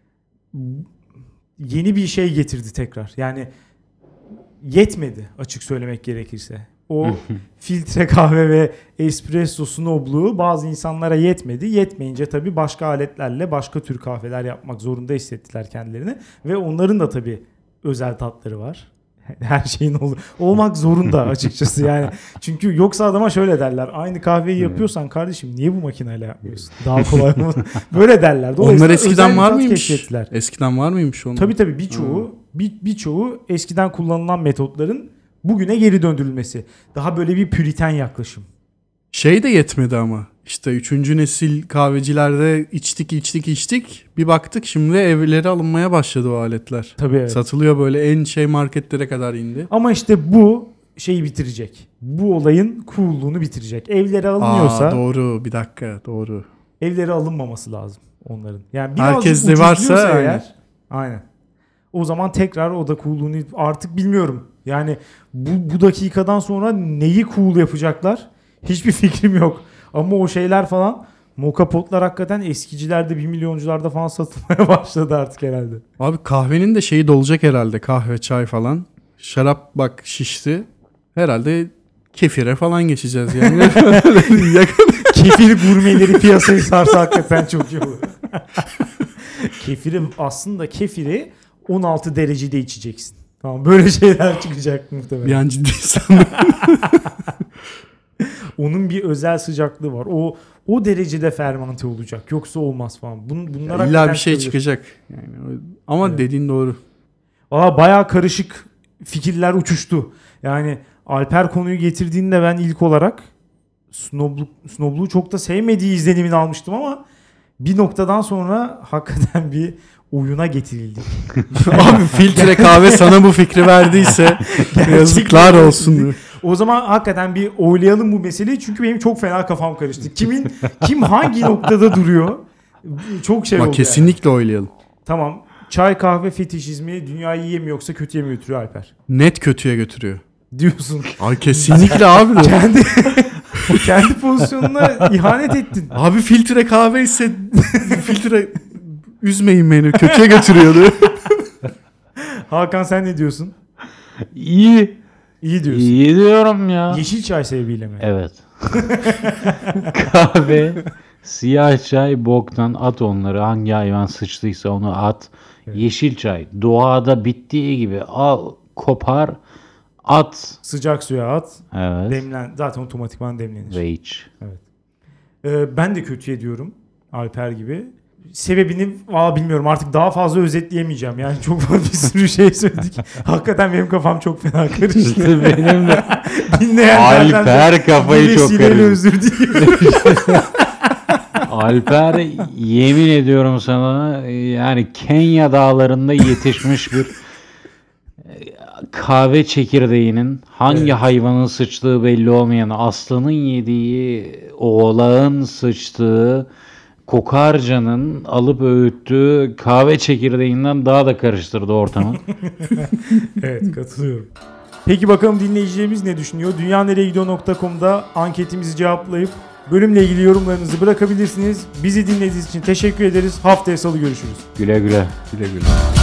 yeni bir şey getirdi tekrar. Yani yetmedi açık söylemek gerekirse. O filtre kahve ve espresso snobluğu bazı insanlara yetmedi. Yetmeyince tabii başka aletlerle başka tür kahveler yapmak zorunda hissettiler kendilerini. Ve onların da tabii özel tatları var. Her şeyin ol- olmak zorunda açıkçası yani. Çünkü yoksa adama şöyle derler. Aynı kahveyi yapıyorsan kardeşim niye bu makineyle yapmıyorsun? Daha kolay mı? Böyle derler. Onlar eskiden var mıymış? Keşfettiler. Eskiden var mıymış onlar? Tabii tabii birçoğu bir, birçoğu eskiden kullanılan metotların bugüne geri döndürülmesi. Daha böyle bir püriten yaklaşım. Şey de yetmedi ama. İşte üçüncü nesil kahvecilerde içtik içtik içtik. Bir baktık şimdi evlere alınmaya başladı o aletler. Tabii evet. Satılıyor böyle en şey marketlere kadar indi. Ama işte bu şeyi bitirecek. Bu olayın cool'luğunu bitirecek. Evlere alınıyorsa Aa, doğru bir dakika doğru. evlere alınmaması lazım onların. Yani birazcık Herkeste varsa ucuzluyorsa aynen. eğer, aynen. O zaman tekrar o da cool'luğunu artık bilmiyorum. Yani bu, bu dakikadan sonra neyi cool yapacaklar? Hiçbir fikrim yok. Ama o şeyler falan moka potlar hakikaten eskicilerde bir milyoncularda falan satılmaya başladı artık herhalde. Abi kahvenin de şeyi dolacak herhalde. Kahve, çay falan. Şarap bak şişti. Herhalde kefire falan geçeceğiz yani. Kefir gurmeleri piyasayı sarsa hakikaten çok iyi olur. Kefiri aslında kefiri on altı derecede içeceksin. Tamam böyle şeyler çıkacak muhtemelen. Bir an ciddi sandım. Onun bir özel sıcaklığı var. O o derecede fermente olacak. Yoksa olmaz falan. Bun, bunlar İlla hakikaten bir şey çıkabilir. çıkacak. Yani, ama Evet. dediğin doğru. Valla bayağı karışık fikirler uçuştu. Yani Alper konuyu getirdiğinde ben ilk olarak snobluk, snobluğu çok da sevmediği izlenimini almıştım ama bir noktadan sonra hakikaten bir oyuna getirildik. Abi filtre kahve sana bu fikri verdiyse yazıklar olsun. O zaman hakikaten bir oylayalım bu meseleyi çünkü benim çok fena kafam karıştı. Kimin kim hangi noktada duruyor? Çok şey Bak oldu. kesinlikle oylayalım. Yani. Tamam. Çay kahve fetişizmi dünyayı iyiye mi yoksa kötüye mi götürüyor Alper? Net kötüye götürüyor. Diyorsun. Ay kesinlikle abi. Kendi Kendi pozisyonuna ihanet ettin. Abi filtre kahve ise filtre üzmeyin beni. Kötüye götürüyordu. Hakan sen ne diyorsun? İyi. İyi diyorsun. İyi diyorum ya. Yeşil çay sebebiyle mi? Evet. Kahve, siyah çay boktan, at onları. Hangi hayvan sıçtıysa onu at. Evet. Yeşil çay doğada bittiği gibi al, kopar, at. Sıcak suya at. Evet. Demlen. Zaten otomatikman demlenir. Ve iç. Ee, ben de kötüye diyorum. Alper gibi. Sebebini valla bilmiyorum. Artık daha fazla özetleyemeyeceğim. Yani çok fazla bir sürü şey söyledik. Hakikaten benim kafam çok fena karıştı. İşte benim de Dinleyenlerden de Alper kafayı bir çok vesileyle karıştı. özür diliyorum. Alper yemin ediyorum sana yani Kenya dağlarında yetişmiş bir kahve çekirdeğinin hangi Evet. hayvanın sıçtığı belli olmayan, aslanın yediği, oğlağın sıçtığı, kokarcanın alıp öğüttüğü kahve çekirdeğinden daha da karıştırdı ortamı. Evet, katılıyorum. Peki bakalım dinleyicilerimiz ne düşünüyor? dünyanereyegidiyor nokta com'da anketimizi cevaplayıp bölümle ilgili yorumlarınızı bırakabilirsiniz. Bizi dinlediğiniz için teşekkür ederiz. Haftaya salı görüşürüz. Güle güle. Güle güle.